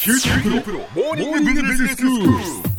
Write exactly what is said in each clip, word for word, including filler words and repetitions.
キューティープロモーニングビジネススクール。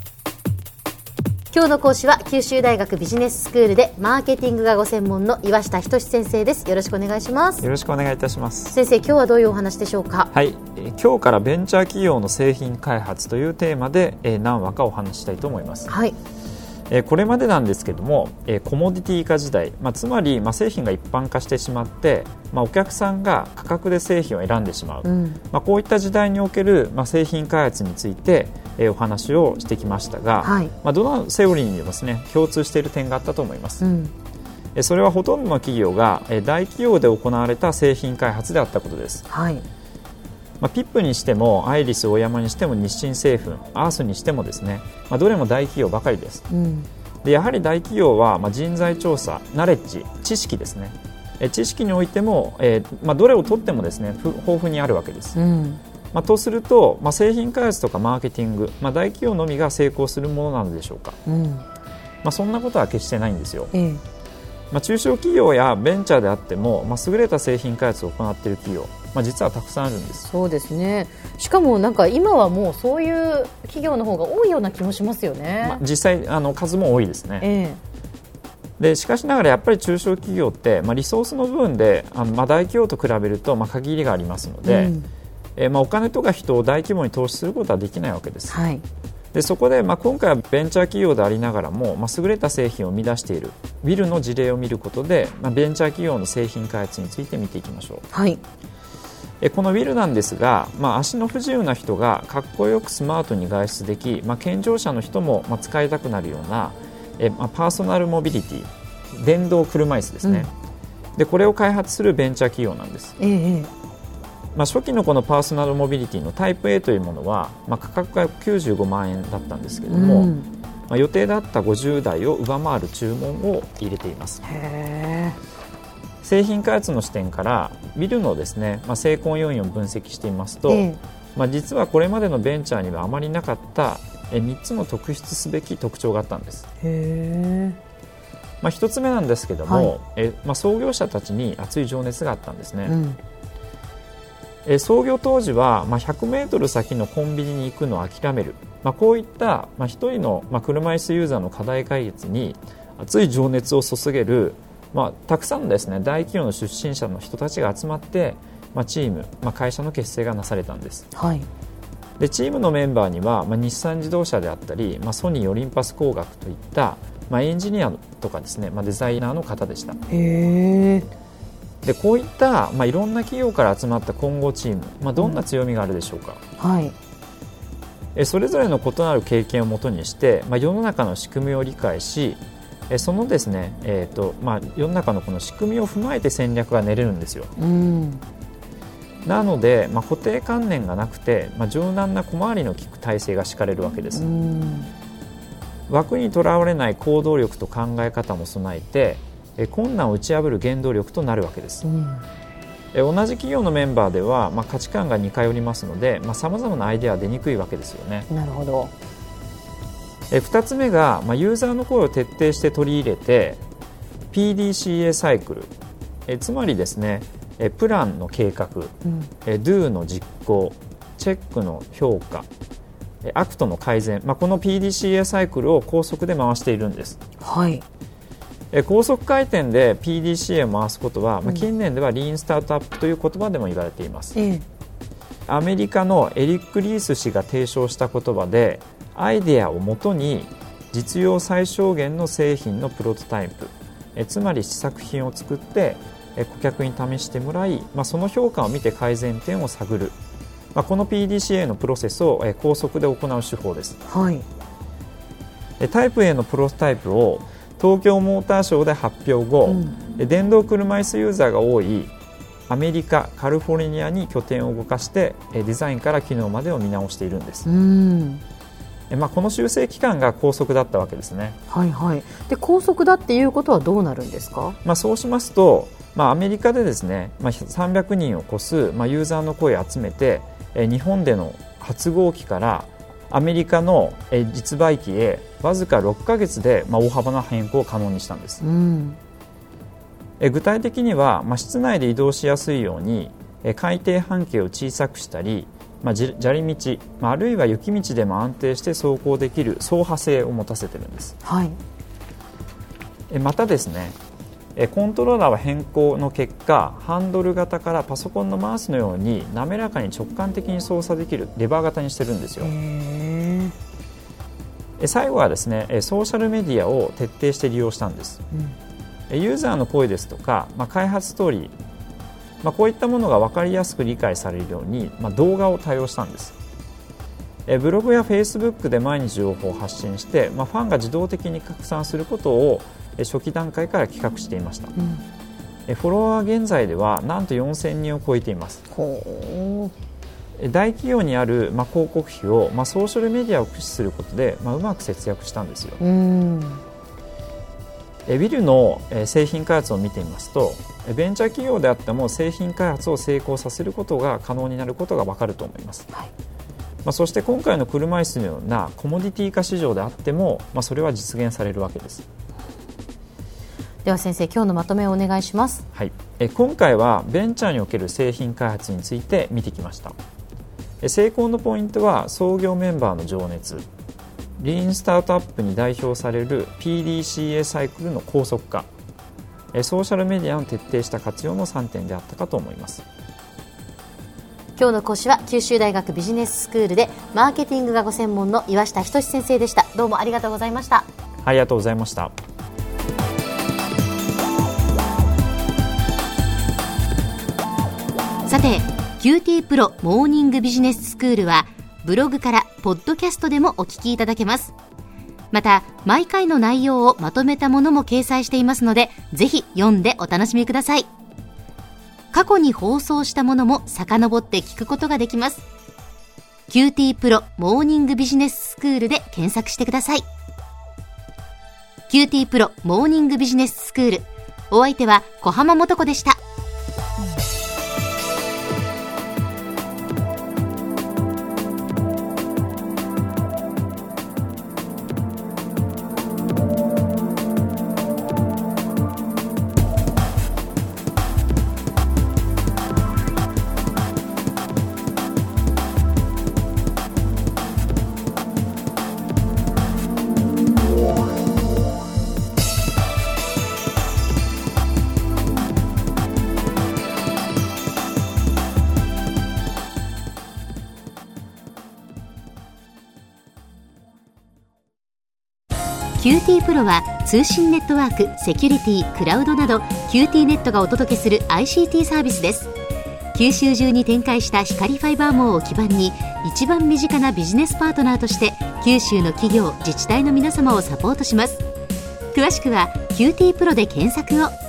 今日の講師は九州大学ビジネススクールでマーケティングがご専門の岩下仁先生です。よろしくお願いします。 よろしくお願いいたします。 先生、今日はどういうお話でしょうか。 はい、えー、今日からベンチャー企業の製品開発というテーマで、えー、何話かお話したいと思います。 はい。 えー、これまでなんですけども、えー、コモディティ化時代、まあ、つまり、まあ、製品が一般化してしまって、まあ、お客さんが価格で製品を選んでしまう、うんまあ、こういった時代における、まあ、製品開発について、えー、お話をしてきましたが、はいまあ、どのセオリーにもですね、共通している点があったと思います。うんえー、それはほとんどの企業が、えー、大企業で行われた製品開発であったことです。はいまあ、ピップにしてもアイリスオーヤマにしても日清製粉アースにしてもですね、まあ、どれも大企業ばかりです。うんでやはり大企業は、まあ、人材調査、ナレッジ、知識ですね。え知識においても、えーまあ、どれをとってもですね、豊富にあるわけです。うんまあ、とすると、まあ、製品開発とかマーケティング、まあ、大企業のみが成功するものなのでしょうか。うんまあ、そんなことは決してないんですよ。ええまあ、中小企業やベンチャーであっても、まあ、優れた製品開発を行っている企業、まあ、実はたくさんあるんです。 そうですね。しかもなんか今はもうそういう企業の方が多いような気もしますよね。 まあ、実際あの数も多いですね。ええ、でしかしながらやっぱり中小企業って、まあ、リソースの部分であの、まあ、大企業と比べると、まあ、限りがありますので、うんえーまあ、お金とか人を大規模に投資することはできないわけです。はいでそこで、まあ、今回はベンチャー企業でありながらも、まあ、優れた製品を生み出しているウィルの事例を見ることで、まあ、ベンチャー企業の製品開発について見ていきましょう。はいえこのウィルなんですが、まあ、足の不自由な人がかっこよくスマートに外出でき、まあ、健常者の人もまあ使いたくなるようなえ、まあ、パーソナルモビリティ電動車椅子ですね、うん、でこれを開発するベンチャー企業なんです。ええまあ、初期のこのパーソナルモビリティのタイプ A というものは、まあ、価格がきゅうじゅうごまんえんだったんですけれども、うんまあ、予定だったごじゅうだいを上回る注文を入れています。へー製品開発の視点からビルのですね、まあ、成功要因を分析していますと、ええまあ、実はこれまでのベンチャーにはあまりなかったえみっつの特筆すべき特徴があったんです。へーまあ、ひとつめなんですけども、はいえまあ、創業者たちに熱い情熱があったんですね。うんえ創業当時は、まあ、ひゃくメートル先のコンビニに行くのを諦める、まあ、こういった、まあ、一人の、まあ、車椅子ユーザーの課題解決に熱い情熱を注げる、まあ、たくさんのですね、大企業の出身者の人たちが集まって、まあ、チーム、まあ、会社の結成がなされたんです。はい、でチームのメンバーには、まあ、日産自動車であったり、まあ、ソニーオリンパス工学といった、まあ、エンジニアとかですね、まあ、デザイナーの方でした。へーでこういった、まあ、いろんな企業から集まった混合チーム、まあ、どんな強みがあるでしょうか。うんはい、えそれぞれの異なる経験をもとにして、まあ、世の中の仕組みを理解しえそのですね、えーとまあ、世の中のこの仕組みを踏まえて戦略が練れるんですよ。うんなので、まあ、固定観念がなくて、まあ、柔軟な小回りの利く体制が敷かれるわけです。うん枠にとらわれない行動力と考え方も備えて困難を打ち破る原動力となるわけです。うん、同じ企業のメンバーでは、まあ、価値観が似通りますので、さまざ、まなアイデアは出にくいわけですよね。 なるほど。 えふたつめが、まあ、ユーザーの声を徹底して取り入れて ピーディーシーエー サイクルえつまりですねえプランの計画、うん、え Do の実行、チェックの評価、えアクトの改善、まあ、この ピーディーシーエー サイクルを高速で回しているんです。はい高速回転で ピーディーシーエー を回すことは、まあ、近年ではリーンスタートアップという言葉でも言われています。うん、アメリカのエリック・リース氏が提唱した言葉でアイデアをもとに実用最小限の製品のプロトタイプえつまり試作品を作ってえ顧客に試してもらい、まあ、その評価を見て改善点を探る、まあ、この ピーディーシーエー のプロセスをえ高速で行う手法です。はい、えタイプ A のプロトタイプを東京モーターショーで発表後、うん、電動車椅子ユーザーが多いアメリカ、カリフォルニアに拠点を動かしてデザインから機能までを見直しているんです。うんまあ、この修正期間が高速だったわけですね。 はいはい、で高速だっていうことはどうなるんですか。 まあ、そうしますと、まあ、アメリカでですね、まあ、さんびゃくにんを超す、まあ、ユーザーの声を集めて日本での発号機からアメリカの実売機へわずかろっかげつで大幅な変更を可能にしたんです。うん、具体的には室内で移動しやすいように開閉半径を小さくしたりまあ、砂利道、まあ、あるいは雪道でも安定して走行できる走破性を持たせているんです、 はい、 えまたですね、えコントローラーは変更の結果ハンドル型からパソコンのマウスのように滑らかに直感的に操作できるレバー型にしてるんですよ。 へえ最後はですねソーシャルメディアを徹底して利用したんです、うん、ユーザーの声ですとか、まあ、開発ストーリー、まあ、こういったものが分かりやすく理解されるように、まあ、動画を多用したんです。えブログやフェイスブックで毎日情報を発信して、まあ、ファンが自動的に拡散することを初期段階から企画していました、うん、えフォロワー現在ではなんとよんせんにんを超えています。 ほう大企業にある、まあ、広告費を、まあ、ソーシャルメディアを駆使することで、まあ、うまく節約したんですよ。 うんえビルの、え製品開発を見てみますとベンチャー企業であっても製品開発を成功させることが可能になることが分かると思います、はいまあ、そして今回の車椅子のようなコモディティ化市場であっても、まあ、それは実現されるわけです。 では先生、今日のまとめをお願いします。 はい、え今回はベンチャーにおける製品開発について見てきました。成功のポイントは創業メンバーの情熱、リーンスタートアップに代表される ピーディーシーエー サイクルの高速化、ソーシャルメディアの徹底した活用のさんてんであったかと思います。 今日の講師は九州大学ビジネススクールでマーケティングがご専門の岩下仁先生でした。どうもありがとうございました。 ありがとうございました。 さて キューティー プロモーニングビジネススクールはブログからポッドキャストでもお聞きいただけます。また毎回の内容をまとめたものも掲載していますので、ぜひ読んでお楽しみください。過去に放送したものも遡って聞くことができます。 キューティー プロモーニングビジネススクールで検索してください。 キューティー プロモーニングビジネススクール、お相手は小浜もとこでした。キューティー プロは通信ネットワーク、セキュリティ、クラウドなど キューティー ネットがお届けする アイシーティー サービスです。九州中に展開した光ファイバー網を基盤に一番身近なビジネスパートナーとして九州の企業、自治体の皆様をサポートします。詳しくは キューティー プロで検索を。